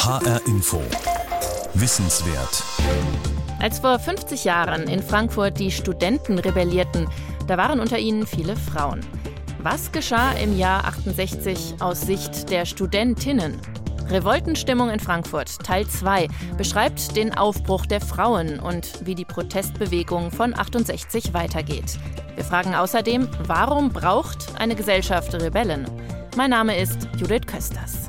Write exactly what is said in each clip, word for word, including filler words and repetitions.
H R Info. Wissenswert. Als vor fünfzig Jahren in Frankfurt die Studenten rebellierten, da waren unter ihnen viele Frauen. Was geschah im Jahr achtundsechzig aus Sicht der Studentinnen? Revoltenstimmung in Frankfurt, Teil zwei, beschreibt den Aufbruch der Frauen und wie die Protestbewegung von achtundsechzig weitergeht. Wir fragen außerdem, warum braucht eine Gesellschaft Rebellen? Mein Name ist Judith Kösters.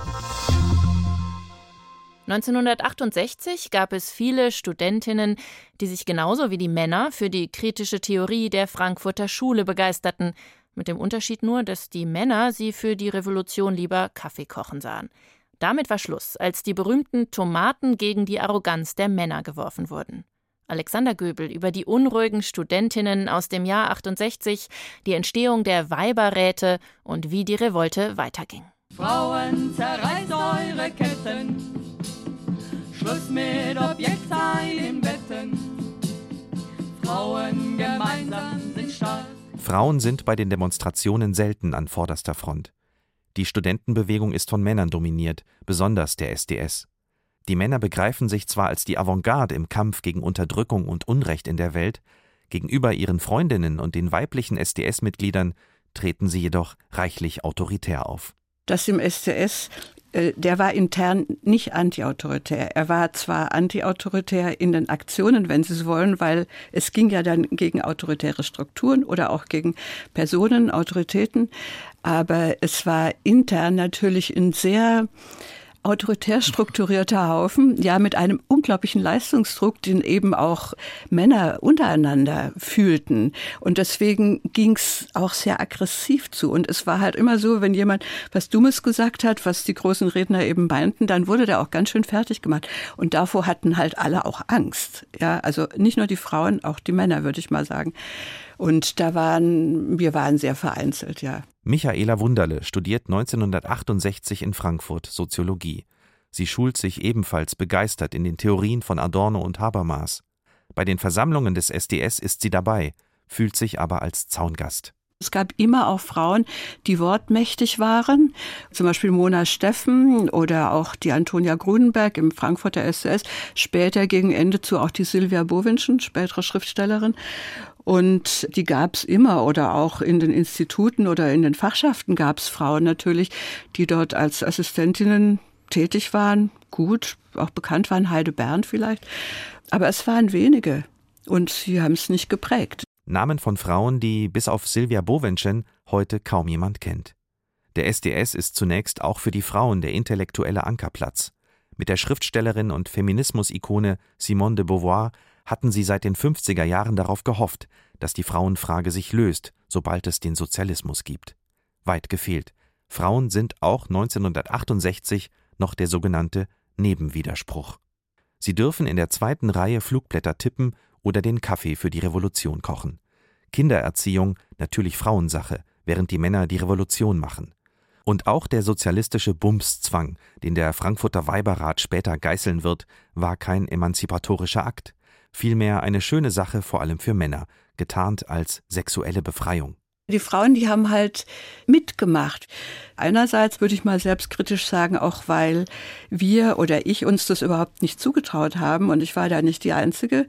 neunzehnhundertachtundsechzig gab es viele Studentinnen, die sich genauso wie die Männer für die kritische Theorie der Frankfurter Schule begeisterten, mit dem Unterschied nur, dass die Männer sie für die Revolution lieber Kaffee kochen sahen. Damit war Schluss, als die berühmten Tomaten gegen die Arroganz der Männer geworfen wurden. Alexander Göbel über die unruhigen Studentinnen aus dem Jahr achtundsechzig, die Entstehung der Weiberräte und wie die Revolte weiterging. Frauen, zerreißt eure Ketten, Schluss mit Objektsein in Betten. Frauen gemeinsam sind stark. Frauen sind bei den Demonstrationen selten an vorderster Front. Die Studentenbewegung ist von Männern dominiert, besonders der S D S. Die Männer begreifen sich zwar als die Avantgarde im Kampf gegen Unterdrückung und Unrecht in der Welt, gegenüber ihren Freundinnen und den weiblichen S D S-Mitgliedern treten sie jedoch reichlich autoritär auf. Das im S D S, der war intern nicht antiautoritär. Er war zwar antiautoritär in den Aktionen, wenn Sie es wollen, weil es ging ja dann gegen autoritäre Strukturen oder auch gegen Personen, Autoritäten, aber es war intern natürlich ein sehr autoritär strukturierter Haufen, ja, mit einem unglaublichen Leistungsdruck, den eben auch Männer untereinander fühlten. Und deswegen ging es auch sehr aggressiv zu. Und es war halt immer so, wenn jemand was Dummes gesagt hat, was die großen Redner eben meinten, dann wurde der auch ganz schön fertig gemacht. Und davor hatten halt alle auch Angst. Ja, also nicht nur die Frauen, auch die Männer, würde ich mal sagen. Und da waren, wir waren sehr vereinzelt, ja. Michaela Wunderle studiert neunzehnhundertachtundsechzig in Frankfurt Soziologie. Sie schult sich ebenfalls begeistert in den Theorien von Adorno und Habermas. Bei den Versammlungen des S D S ist sie dabei, fühlt sich aber als Zaungast. Es gab immer auch Frauen, die wortmächtig waren, zum Beispiel Mona Steffen oder auch die Antonia Grunenberg im Frankfurter S D S, später gegen Ende zu auch die Silvia Bovinschen, spätere Schriftstellerin. Und die gab es immer oder auch in den Instituten oder in den Fachschaften gab es Frauen natürlich, die dort als Assistentinnen tätig waren, gut, auch bekannt waren, Heide Bernd vielleicht. Aber es waren wenige und sie haben es nicht geprägt. Namen von Frauen, die bis auf Silvia Bovinschen heute kaum jemand kennt. Der S D S ist zunächst auch für die Frauen der intellektuelle Ankerplatz. Mit der Schriftstellerin und Feminismus-Ikone Simone de Beauvoir hatten sie seit den fünfziger Jahren darauf gehofft, dass die Frauenfrage sich löst, sobald es den Sozialismus gibt. Weit gefehlt. Frauen sind auch neunzehnhundertachtundsechzig noch der sogenannte Nebenwiderspruch. Sie dürfen in der zweiten Reihe Flugblätter tippen oder den Kaffee für die Revolution kochen. Kindererziehung natürlich Frauensache, während die Männer die Revolution machen. Und auch der sozialistische Bumszwang, den der Frankfurter Weiberrat später geißeln wird, war kein emanzipatorischer Akt. Vielmehr eine schöne Sache, vor allem für Männer, getarnt als sexuelle Befreiung. Die Frauen, die haben halt mitgemacht. Einerseits würde ich mal selbstkritisch sagen, auch weil wir oder ich uns das überhaupt nicht zugetraut haben und ich war da nicht die Einzige.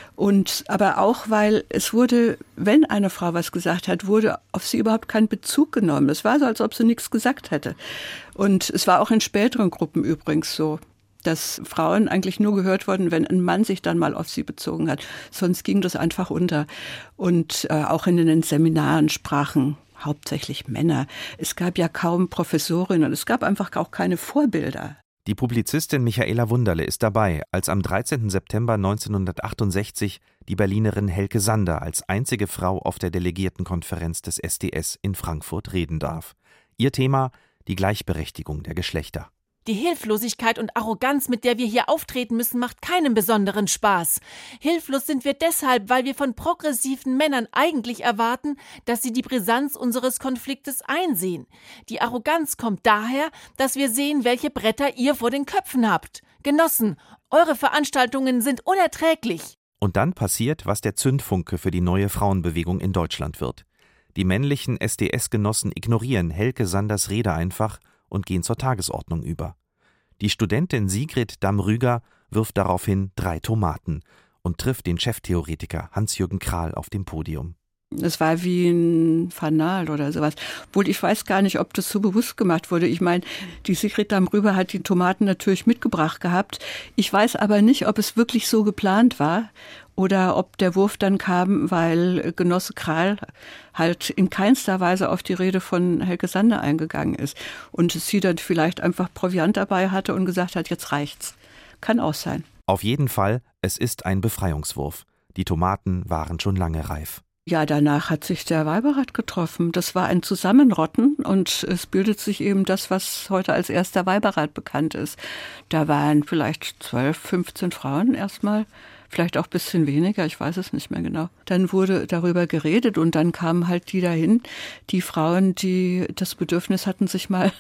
Und aber auch, weil es wurde, wenn eine Frau was gesagt hat, wurde auf sie überhaupt kein Bezug genommen. Es war so, als ob sie nichts gesagt hätte. Und es war auch in späteren Gruppen übrigens so, dass Frauen eigentlich nur gehört wurden, wenn ein Mann sich dann mal auf sie bezogen hat. Sonst ging das einfach unter. Und äh, auch in den Seminaren sprachen hauptsächlich Männer. Es gab ja kaum Professorinnen und es gab einfach auch keine Vorbilder. Die Publizistin Michaela Wunderle ist dabei, als am dreizehnten September neunzehnhundertachtundsechzig die Berlinerin Helke Sander als einzige Frau auf der Delegiertenkonferenz des S D S in Frankfurt reden darf. Ihr Thema: die Gleichberechtigung der Geschlechter. Die Hilflosigkeit und Arroganz, mit der wir hier auftreten müssen, macht keinen besonderen Spaß. Hilflos sind wir deshalb, weil wir von progressiven Männern eigentlich erwarten, dass sie die Brisanz unseres Konfliktes einsehen. Die Arroganz kommt daher, dass wir sehen, welche Bretter ihr vor den Köpfen habt. Genossen, eure Veranstaltungen sind unerträglich. Und dann passiert, was der Zündfunke für die neue Frauenbewegung in Deutschland wird. Die männlichen S D S-Genossen ignorieren Helke Sanders Rede einfach und gehen zur Tagesordnung über. Die Studentin Sigrid Damm-Rüger wirft daraufhin drei Tomaten und trifft den Cheftheoretiker Hans-Jürgen Krahl auf dem Podium. Es war wie ein Fanal oder sowas. Obwohl ich weiß gar nicht, ob das so bewusst gemacht wurde. Ich meine, die Sigrid Damm-Rüger hat die Tomaten natürlich mitgebracht gehabt. Ich weiß aber nicht, ob es wirklich so geplant war oder ob der Wurf dann kam, weil Genosse Krahl halt in keinster Weise auf die Rede von Helge Sander eingegangen ist und sie dann vielleicht einfach Proviant dabei hatte und gesagt hat, jetzt reicht's. Kann auch sein. Auf jeden Fall, es ist ein Befreiungswurf. Die Tomaten waren schon lange reif. Ja, danach hat sich der Weiberrat getroffen. Das war ein Zusammenrotten und es bildet sich eben das, was heute als erster Weiberrat bekannt ist. Da waren vielleicht zwölf, fünfzehn Frauen erstmal, vielleicht auch ein bisschen weniger, ich weiß es nicht mehr genau. Dann wurde darüber geredet und dann kamen halt die dahin, die Frauen, die das Bedürfnis hatten, sich mal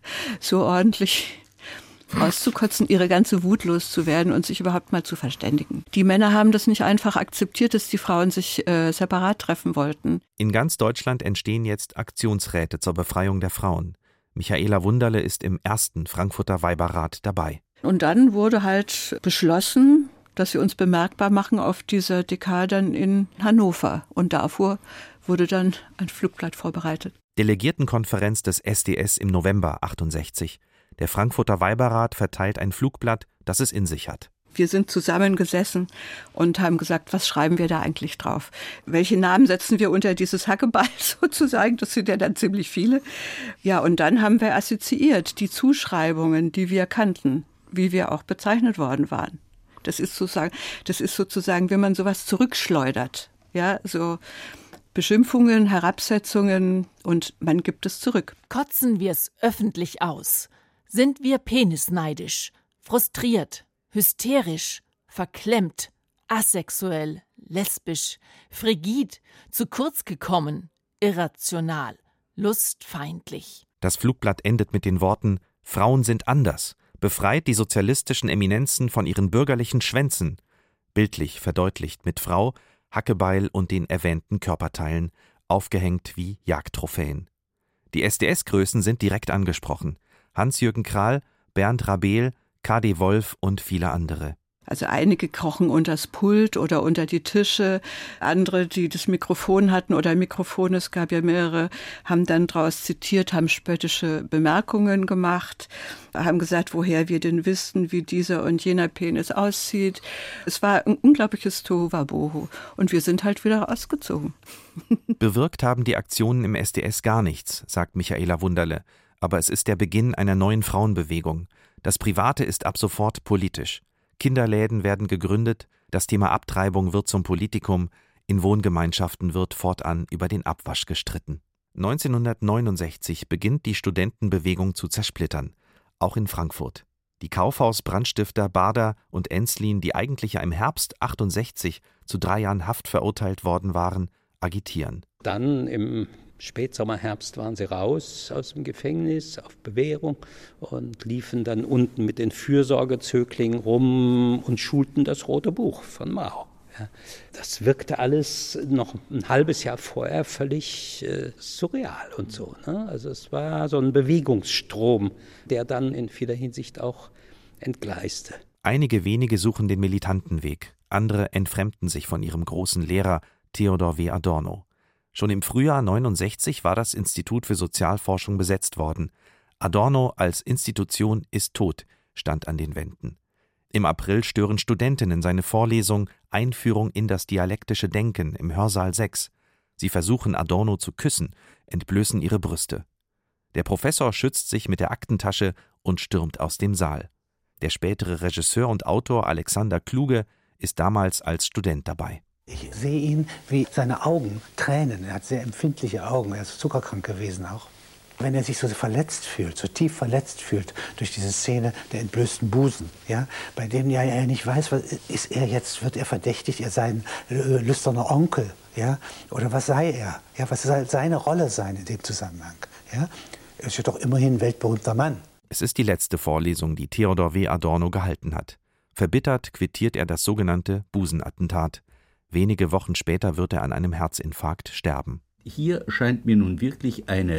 so ordentlich auszukotzen, ihre ganze Wut loszuwerden und sich überhaupt mal zu verständigen. Die Männer haben das nicht einfach akzeptiert, dass die Frauen sich äh, separat treffen wollten. In ganz Deutschland entstehen jetzt Aktionsräte zur Befreiung der Frauen. Michaela Wunderle ist im ersten Frankfurter Weiberrat dabei. Und dann wurde halt beschlossen, dass wir uns bemerkbar machen auf dieser Dekaden in Hannover. Und davor wurde dann ein Flugblatt vorbereitet. Delegiertenkonferenz des S D S im November achtundsechzig. Der Frankfurter Weiberrat verteilt ein Flugblatt, das es in sich hat. Wir sind zusammengesessen und haben gesagt, was schreiben wir da eigentlich drauf? Welche Namen setzen wir unter dieses Hackebeil sozusagen? Das sind ja dann ziemlich viele. Ja, und dann haben wir assoziiert die Zuschreibungen, die wir kannten, wie wir auch bezeichnet worden waren. Das ist sozusagen, das ist sozusagen, wenn man sowas zurückschleudert. Ja, so Beschimpfungen, Herabsetzungen und man gibt es zurück. Kotzen wir es öffentlich aus. Sind wir penisneidisch, frustriert, hysterisch, verklemmt, asexuell, lesbisch, frigid, zu kurz gekommen, irrational, lustfeindlich. Das Flugblatt endet mit den Worten: Frauen sind anders, befreit die sozialistischen Eminenzen von ihren bürgerlichen Schwänzen. Bildlich verdeutlicht mit Frau, Hackebeil und den erwähnten Körperteilen, aufgehängt wie Jagdtrophäen. Die S D S-Größen sind direkt angesprochen. Hans-Jürgen Krahl, Bernd Rabel, K D Wolf und viele andere. Also einige krochen unters Pult oder unter die Tische, andere, die das Mikrofon hatten oder Mikrofone, es gab ja mehrere, haben dann daraus zitiert, haben spöttische Bemerkungen gemacht, haben gesagt, woher wir denn wissen, wie dieser und jener Penis aussieht. Es war ein unglaubliches Tohuwabohu und wir sind halt wieder ausgezogen. Bewirkt haben die Aktionen im S D S gar nichts, sagt Michaela Wunderle, aber es ist der Beginn einer neuen Frauenbewegung. Das Private ist ab sofort politisch. Kinderläden werden gegründet, das Thema Abtreibung wird zum Politikum, in Wohngemeinschaften wird fortan über den Abwasch gestritten. neunzehnhundertneunundsechzig beginnt die Studentenbewegung zu zersplittern, auch in Frankfurt. Die Kaufhaus-Brandstifter Bader und Enslin, die eigentlich ja im Herbst achtundsechzig zu drei Jahren Haft verurteilt worden waren, agitieren. Dann im Spätsommer, Herbst waren sie raus aus dem Gefängnis auf Bewährung und liefen dann unten mit den Fürsorgezöglingen rum und schulten das Rote Buch von Mao. Ja, das wirkte alles noch ein halbes Jahr vorher völlig äh, surreal und so. Ne? Also es war so ein Bewegungsstrom, der dann in vieler Hinsicht auch entgleiste. Einige wenige suchen den militanten Weg, andere entfremden sich von ihrem großen Lehrer Theodor W. Adorno. Schon im Frühjahr neunundsechzig war das Institut für Sozialforschung besetzt worden. Adorno als Institution ist tot, stand an den Wänden. Im April stören Studentinnen seine Vorlesung Einführung in das dialektische Denken im Hörsaal sechs. Sie versuchen Adorno zu küssen, entblößen ihre Brüste. Der Professor schützt sich mit der Aktentasche und stürmt aus dem Saal. Der spätere Regisseur und Autor Alexander Kluge ist damals als Student dabei. Ich sehe ihn, wie seine Augen tränen. Er hat sehr empfindliche Augen. Er ist zuckerkrank gewesen auch. Wenn er sich so verletzt fühlt, so tief verletzt fühlt durch diese Szene der entblößten Busen, ja, bei dem ja er nicht weiß, was ist er jetzt, wird er verdächtigt, er sei ein äh, lüsterner Onkel, ja, oder was sei er, ja, was soll seine Rolle sein in dem Zusammenhang, ja? Er ist ja doch immerhin ein weltberühmter Mann. Es ist die letzte Vorlesung, die Theodor W. Adorno gehalten hat. Verbittert quittiert er das sogenannte Busenattentat. Wenige Wochen später wird er an einem Herzinfarkt sterben. Hier scheint mir nun wirklich eine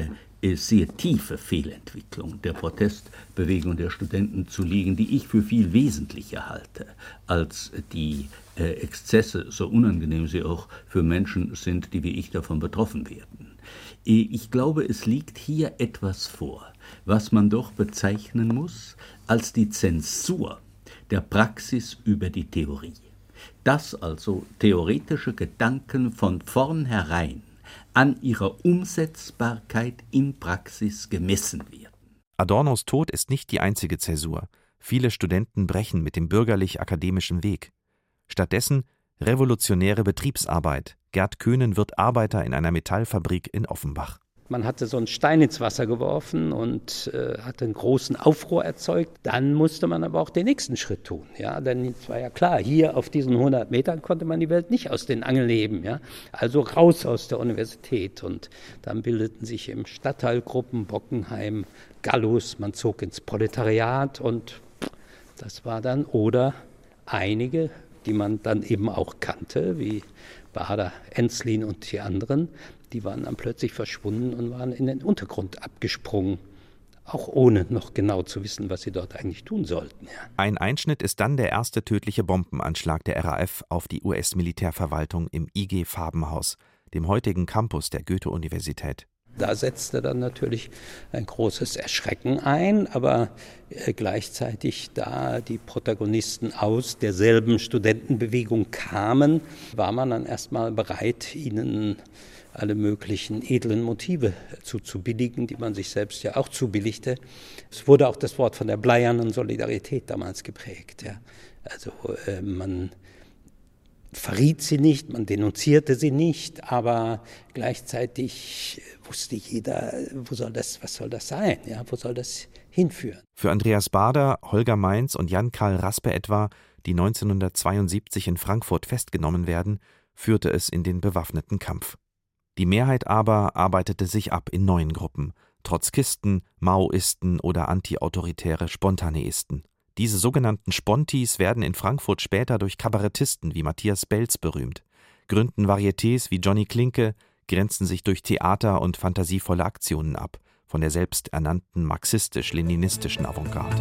sehr tiefe Fehlentwicklung der Protestbewegung der Studenten zu liegen, die ich für viel wesentlicher halte als die äh, Exzesse, so unangenehm sie auch für Menschen sind, die wie ich davon betroffen werden. Ich glaube, es liegt hier etwas vor, was man doch bezeichnen muss als die Zensur der Praxis über die Theorie. Dass also theoretische Gedanken von vornherein an ihrer Umsetzbarkeit in Praxis gemessen werden. Adornos Tod ist nicht die einzige Zäsur. Viele Studenten brechen mit dem bürgerlich-akademischen Weg. Stattdessen revolutionäre Betriebsarbeit. Gerd Köhnen wird Arbeiter in einer Metallfabrik in Offenbach. Man hatte so einen Stein ins Wasser geworfen und äh, hatte einen großen Aufruhr erzeugt. Dann musste man aber auch den nächsten Schritt tun. Ja? Denn es war ja klar, hier auf diesen hundert Metern konnte man die Welt nicht aus den Angeln heben. Ja? Also raus aus der Universität. Und dann bildeten sich im Stadtteil Gruppen, Bockenheim, Gallus. Man zog ins Proletariat und das war dann, oder einige, die man dann eben auch kannte, wie Bader, Enzlin und die anderen, die waren dann plötzlich verschwunden und waren in den Untergrund abgesprungen, auch ohne noch genau zu wissen, was sie dort eigentlich tun sollten. Ja. Ein Einschnitt ist dann der erste tödliche Bombenanschlag der R A F auf die U S-Militärverwaltung im I G Farbenhaus, dem heutigen Campus der Goethe-Universität. Da setzte dann natürlich ein großes Erschrecken ein, aber gleichzeitig, da die Protagonisten aus derselben Studentenbewegung kamen, war man dann erstmal bereit, ihnen alle möglichen edlen Motive zuzubilligen, die man sich selbst ja auch zubilligte. Es wurde auch das Wort von der bleiernen Solidarität damals geprägt. Ja. Also äh, man verriet sie nicht, man denunzierte sie nicht, aber gleichzeitig wusste jeder, wo soll das, was soll das sein, ja, wo soll das hinführen. Für Andreas Baader, Holger Meins und Jan-Karl Raspe etwa, die neunzehnhundertzweiundsiebzig in Frankfurt festgenommen werden, führte es in den bewaffneten Kampf. Die Mehrheit aber arbeitete sich ab in neuen Gruppen, Trotzkisten, Maoisten oder antiautoritäre Spontaneisten. Diese sogenannten Spontis werden in Frankfurt später durch Kabarettisten wie Matthias Belz berühmt, gründen Varietés wie Johnny Klinke, grenzen sich durch Theater und fantasievolle Aktionen ab, von der selbsternannten marxistisch-leninistischen Avantgarde.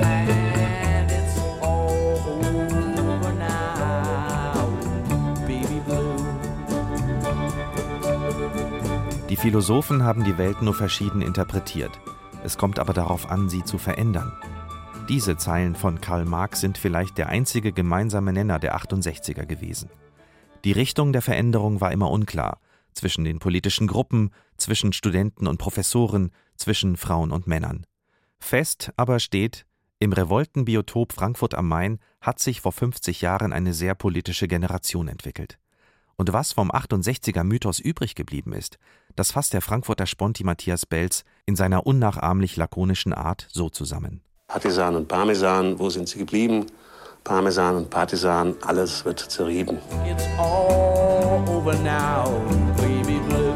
Die Philosophen haben die Welt nur verschieden interpretiert. Es kommt aber darauf an, sie zu verändern. Diese Zeilen von Karl Marx sind vielleicht der einzige gemeinsame Nenner der achtundsechziger gewesen. Die Richtung der Veränderung war immer unklar, zwischen den politischen Gruppen, zwischen Studenten und Professoren, zwischen Frauen und Männern. Fest aber steht, im Revoltenbiotop Frankfurt am Main hat sich vor fünfzig Jahren eine sehr politische Generation entwickelt. Und was vom achtundsechziger Mythos übrig geblieben ist, das fasst der Frankfurter Sponti Matthias Belz in seiner unnachahmlich lakonischen Art so zusammen. Partisan und Parmesan, wo sind sie geblieben? Parmesan und Partisan, alles wird zerrieben. It's all over now, baby blue.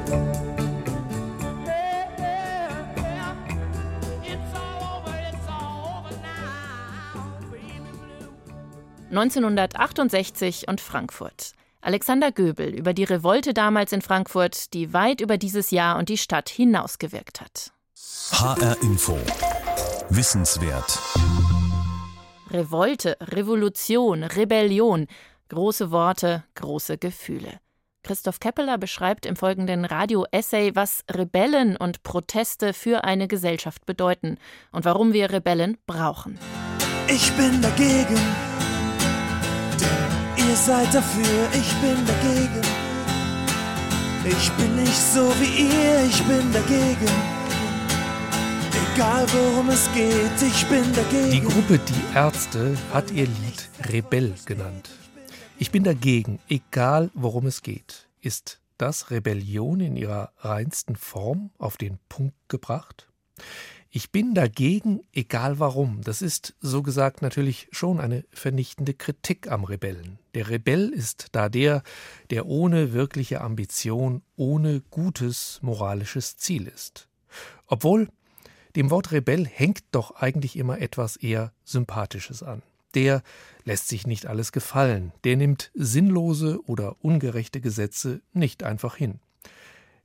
neunzehnhundertachtundsechzig und Frankfurt. Alexander Göbel über die Revolte damals in Frankfurt, die weit über dieses Jahr und die Stadt hinausgewirkt hat. H R Info. Wissenswert. Revolte, Revolution, Rebellion. Große Worte, große Gefühle. Christoph Keppeler beschreibt im folgenden Radio-Essay, was Rebellen und Proteste für eine Gesellschaft bedeuten und warum wir Rebellen brauchen. Ich bin dagegen, denn ihr seid dafür, ich bin dagegen. Ich bin nicht so wie ihr, ich bin dagegen. Egal worum es geht, ich bin dagegen. Die Gruppe Die Ärzte hat ihr Lied Rebell genannt. Ich bin dagegen, egal worum es geht. Ist das Rebellion in ihrer reinsten Form auf den Punkt gebracht? Ich bin dagegen, egal warum. Das ist, so gesagt, natürlich schon eine vernichtende Kritik am Rebellen. Der Rebell ist da der, der ohne wirkliche Ambition, ohne gutes moralisches Ziel ist. Obwohl dem Wort Rebell hängt doch eigentlich immer etwas eher Sympathisches an. Der lässt sich nicht alles gefallen, der nimmt sinnlose oder ungerechte Gesetze nicht einfach hin.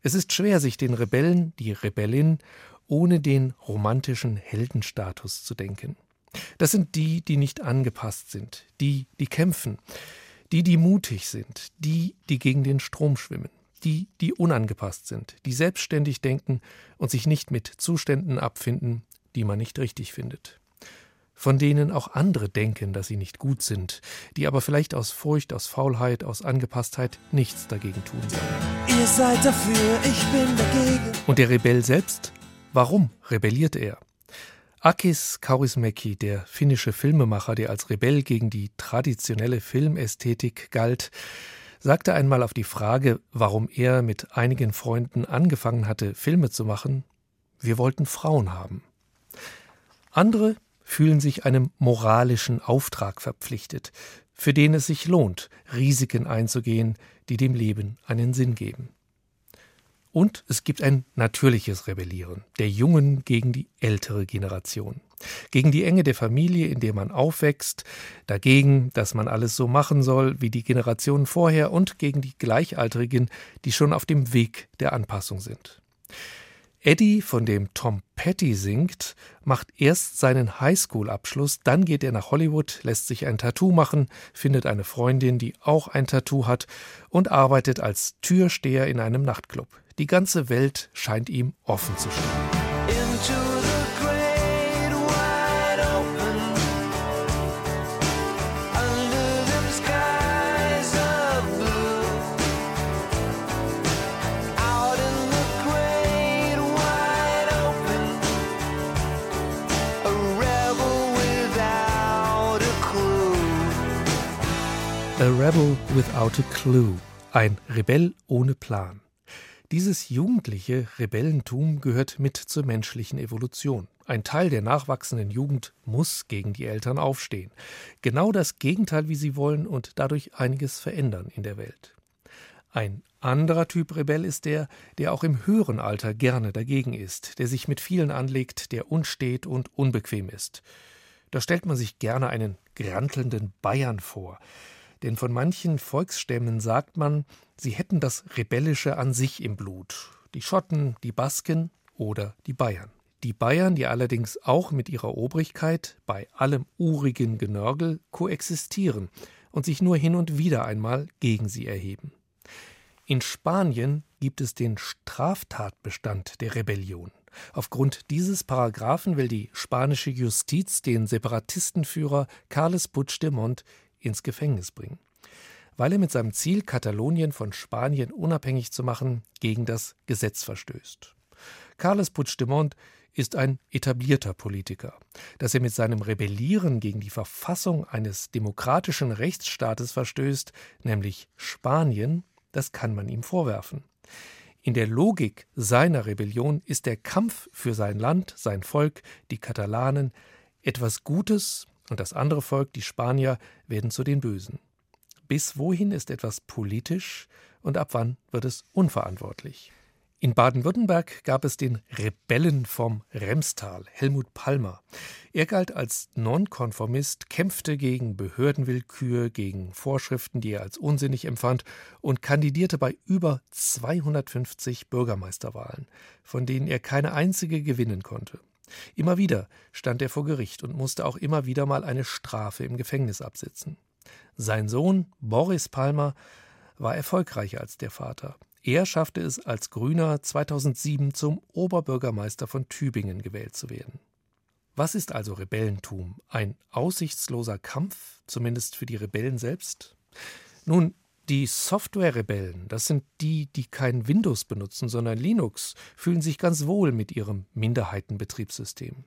Es ist schwer, sich den Rebellen, die Rebellin, ohne den romantischen Heldenstatus zu denken. Das sind die, die nicht angepasst sind, die, die kämpfen, die, die mutig sind, die, die gegen den Strom schwimmen, die, die unangepasst sind, die selbstständig denken und sich nicht mit Zuständen abfinden, die man nicht richtig findet. Von denen auch andere denken, dass sie nicht gut sind, die aber vielleicht aus Furcht, aus Faulheit, aus Angepasstheit nichts dagegen tun sollen. Ihr seid dafür, ich bin dagegen. Und der Rebell selbst? Warum rebelliert er? Akis Kaurismäki, der finnische Filmemacher, der als Rebell gegen die traditionelle Filmästhetik galt, sagte einmal auf die Frage, warum er mit einigen Freunden angefangen hatte, Filme zu machen: Wir wollten Frauen haben. Andere fühlen sich einem moralischen Auftrag verpflichtet, für den es sich lohnt, Risiken einzugehen, die dem Leben einen Sinn geben. Und es gibt ein natürliches Rebellieren, der Jungen gegen die ältere Generation, gegen die Enge der Familie, in der man aufwächst, dagegen, dass man alles so machen soll wie die Generationen vorher, und gegen die Gleichaltrigen, die schon auf dem Weg der Anpassung sind. Eddie, von dem Tom Petty singt, macht erst seinen Highschool-Abschluss, dann geht er nach Hollywood, lässt sich ein Tattoo machen, findet eine Freundin, die auch ein Tattoo hat, und arbeitet als Türsteher in einem Nachtclub. Die ganze Welt scheint ihm offen zu stehen. Into the great wide open, under them skies of blue, out in the great wide open, a rebel without a clue. A rebel without a clue. Ein Rebell ohne Plan. Dieses jugendliche Rebellentum gehört mit zur menschlichen Evolution. Ein Teil der nachwachsenden Jugend muss gegen die Eltern aufstehen. Genau das Gegenteil, wie sie wollen, und dadurch einiges verändern in der Welt. Ein anderer Typ Rebell ist der, der auch im höheren Alter gerne dagegen ist, der sich mit vielen anlegt, der unstet und unbequem ist. Da stellt man sich gerne einen grantelnden Bayern vor. Denn von manchen Volksstämmen sagt man, sie hätten das Rebellische an sich im Blut. Die Schotten, die Basken oder die Bayern. Die Bayern, die allerdings auch mit ihrer Obrigkeit bei allem urigen Genörgel koexistieren und sich nur hin und wieder einmal gegen sie erheben. In Spanien gibt es den Straftatbestand der Rebellion. Aufgrund dieses Paragraphen will die spanische Justiz den Separatistenführer Carles Puigdemont ins Gefängnis bringen, weil er mit seinem Ziel, Katalonien von Spanien unabhängig zu machen, gegen das Gesetz verstößt. Carles Puigdemont ist ein etablierter Politiker. Dass er mit seinem Rebellieren gegen die Verfassung eines demokratischen Rechtsstaates verstößt, nämlich Spanien, das kann man ihm vorwerfen. In der Logik seiner Rebellion ist der Kampf für sein Land, sein Volk, die Katalanen, etwas Gutes, und das andere Volk, die Spanier, werden zu den Bösen. Bis wohin ist etwas politisch und ab wann wird es unverantwortlich? In Baden-Württemberg gab es den Rebellen vom Remstal, Helmut Palmer. Er galt als Nonkonformist, kämpfte gegen Behördenwillkür, gegen Vorschriften, die er als unsinnig empfand, und kandidierte bei über zweihundertfünfzig Bürgermeisterwahlen, von denen er keine einzige gewinnen konnte. Immer wieder stand er vor Gericht und musste auch immer wieder mal eine Strafe im Gefängnis absitzen. Sein Sohn Boris Palmer war erfolgreicher als der Vater. Er schaffte es als Grüner zweitausendsieben zum Oberbürgermeister von Tübingen gewählt zu werden. Was ist also Rebellentum? Ein aussichtsloser Kampf, zumindest für die Rebellen selbst? Nun, die Software-Rebellen, das sind die, die kein Windows benutzen, sondern Linux, fühlen sich ganz wohl mit ihrem Minderheitenbetriebssystem.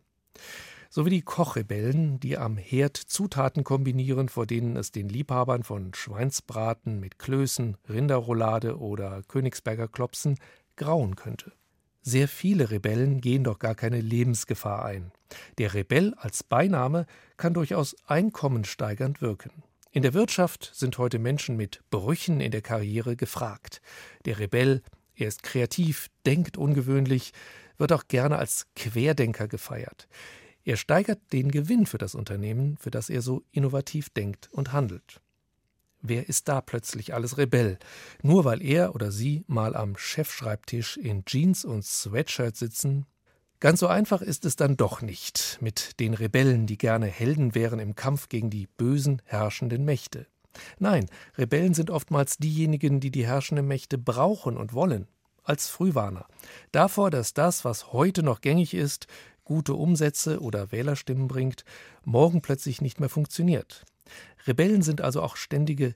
So wie die Kochrebellen, die am Herd Zutaten kombinieren, vor denen es den Liebhabern von Schweinsbraten mit Klößen, Rinderroulade oder Königsberger Klopsen grauen könnte. Sehr viele Rebellen gehen doch gar keine Lebensgefahr ein. Der Rebell als Beiname kann durchaus einkommenssteigernd wirken. In der Wirtschaft sind heute Menschen mit Brüchen in der Karriere gefragt. Der Rebell, er ist kreativ, denkt ungewöhnlich, wird auch gerne als Querdenker gefeiert. Er steigert den Gewinn für das Unternehmen, für das er so innovativ denkt und handelt. Wer ist da plötzlich alles Rebell? Nur weil er oder sie mal am Chefschreibtisch in Jeans und Sweatshirt sitzen? Ganz so einfach ist es dann doch nicht mit den Rebellen, die gerne Helden wären im Kampf gegen die bösen, herrschenden Mächte. Nein, Rebellen sind oftmals diejenigen, die die herrschenden Mächte brauchen und wollen, als Frühwarner. Davor, dass das, was heute noch gängig ist, gute Umsätze oder Wählerstimmen bringt, morgen plötzlich nicht mehr funktioniert. Rebellen sind also auch ständige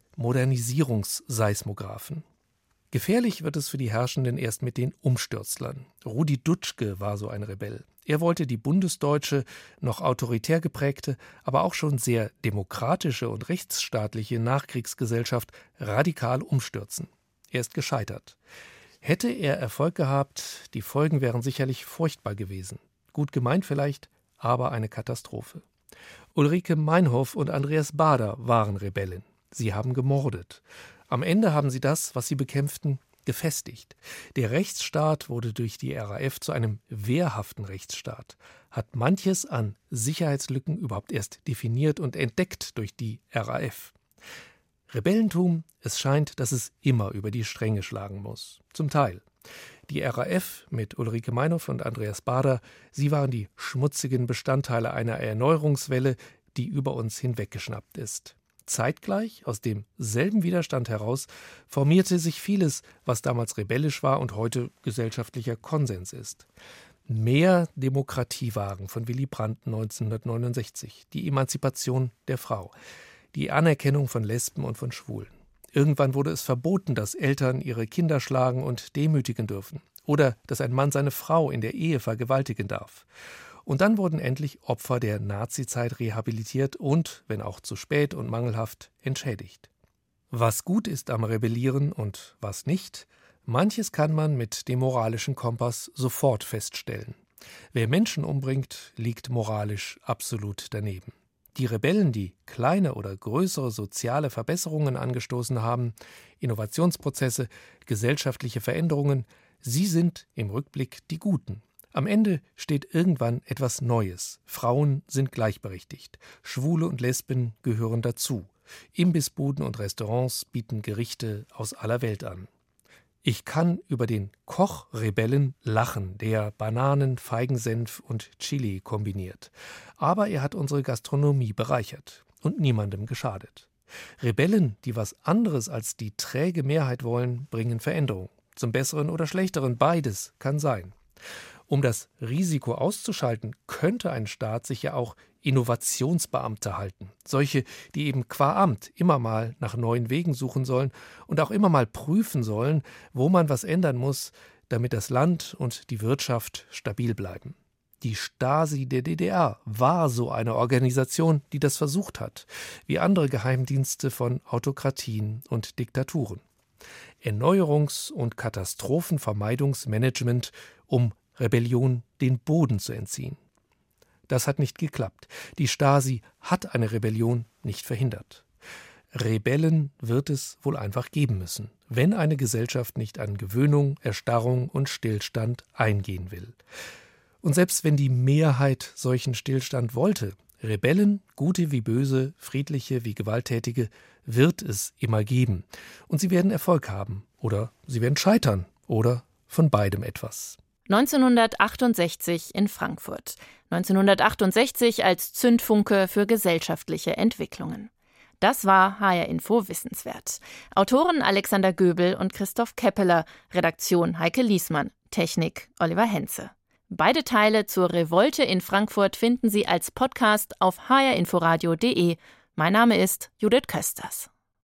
Modernisierungsseismographen. Gefährlich wird es für die Herrschenden erst mit den Umstürzlern. Rudi Dutschke war so ein Rebell. Er wollte die bundesdeutsche, noch autoritär geprägte, aber auch schon sehr demokratische und rechtsstaatliche Nachkriegsgesellschaft radikal umstürzen. Er ist gescheitert. Hätte er Erfolg gehabt, die Folgen wären sicherlich furchtbar gewesen. Gut gemeint vielleicht, aber eine Katastrophe. Ulrike Meinhof und Andreas Baader waren Rebellen. Sie haben gemordet. Am Ende haben sie das, was sie bekämpften, gefestigt. Der Rechtsstaat wurde durch die R A F zu einem wehrhaften Rechtsstaat, hat manches an Sicherheitslücken überhaupt erst definiert und entdeckt durch die R A F. Rebellentum, es scheint, dass es immer über die Stränge schlagen muss. Zum Teil. Die R A F mit Ulrike Meinhof und Andreas Baader, sie waren die schmutzigen Bestandteile einer Erneuerungswelle, die über uns hinweggeschnappt ist. Zeitgleich, aus demselben Widerstand heraus, formierte sich vieles, was damals rebellisch war und heute gesellschaftlicher Konsens ist. Mehr Demokratie wagen von Willy Brandt neunzehnhundertneunundsechzig, die Emanzipation der Frau, die Anerkennung von Lesben und von Schwulen. Irgendwann wurde es verboten, dass Eltern ihre Kinder schlagen und demütigen dürfen oder dass ein Mann seine Frau in der Ehe vergewaltigen darf. Und dann wurden endlich Opfer der Nazizeit rehabilitiert und, wenn auch zu spät und mangelhaft, entschädigt. Was gut ist am Rebellieren und was nicht, manches kann man mit dem moralischen Kompass sofort feststellen. Wer Menschen umbringt, liegt moralisch absolut daneben. Die Rebellen, die kleine oder größere soziale Verbesserungen angestoßen haben, Innovationsprozesse, gesellschaftliche Veränderungen, sie sind im Rückblick die Guten. Am Ende steht irgendwann etwas Neues. Frauen sind gleichberechtigt. Schwule und Lesben gehören dazu. Imbissbuden und Restaurants bieten Gerichte aus aller Welt an. Ich kann über den Kochrebellen lachen, der Bananen, Feigensenf und Chili kombiniert. Aber er hat unsere Gastronomie bereichert und niemandem geschadet. Rebellen, die was anderes als die träge Mehrheit wollen, bringen Veränderung. Zum Besseren oder Schlechteren, beides kann sein. Um das Risiko auszuschalten, könnte ein Staat sich ja auch Innovationsbeamte halten. Solche, die eben qua Amt immer mal nach neuen Wegen suchen sollen und auch immer mal prüfen sollen, wo man was ändern muss, damit das Land und die Wirtschaft stabil bleiben. Die Stasi der D D R war so eine Organisation, die das versucht hat, wie andere Geheimdienste von Autokratien und Diktaturen. Erneuerungs- und Katastrophenvermeidungsmanagement, um Rebellion den Boden zu entziehen. Das hat nicht geklappt. Die Stasi hat eine Rebellion nicht verhindert. Rebellen wird es wohl einfach geben müssen, wenn eine Gesellschaft nicht an Gewöhnung, Erstarrung und Stillstand eingehen will. Und selbst wenn die Mehrheit solchen Stillstand wollte, Rebellen, gute wie böse, friedliche wie gewalttätige, wird es immer geben. Und sie werden Erfolg haben oder sie werden scheitern oder von beidem etwas. neunzehnhundertachtundsechzig in Frankfurt. neunzehnhundertachtundsechzig als Zündfunke für gesellschaftliche Entwicklungen. Das war H R Info Wissenswert. Autoren Alexander Göbel und Christoph Keppeler, Redaktion Heike Liesmann, Technik Oliver Henze. Beide Teile zur Revolte in Frankfurt finden Sie als Podcast auf h r inforadio punkt d e. Mein Name ist Judith Kösters.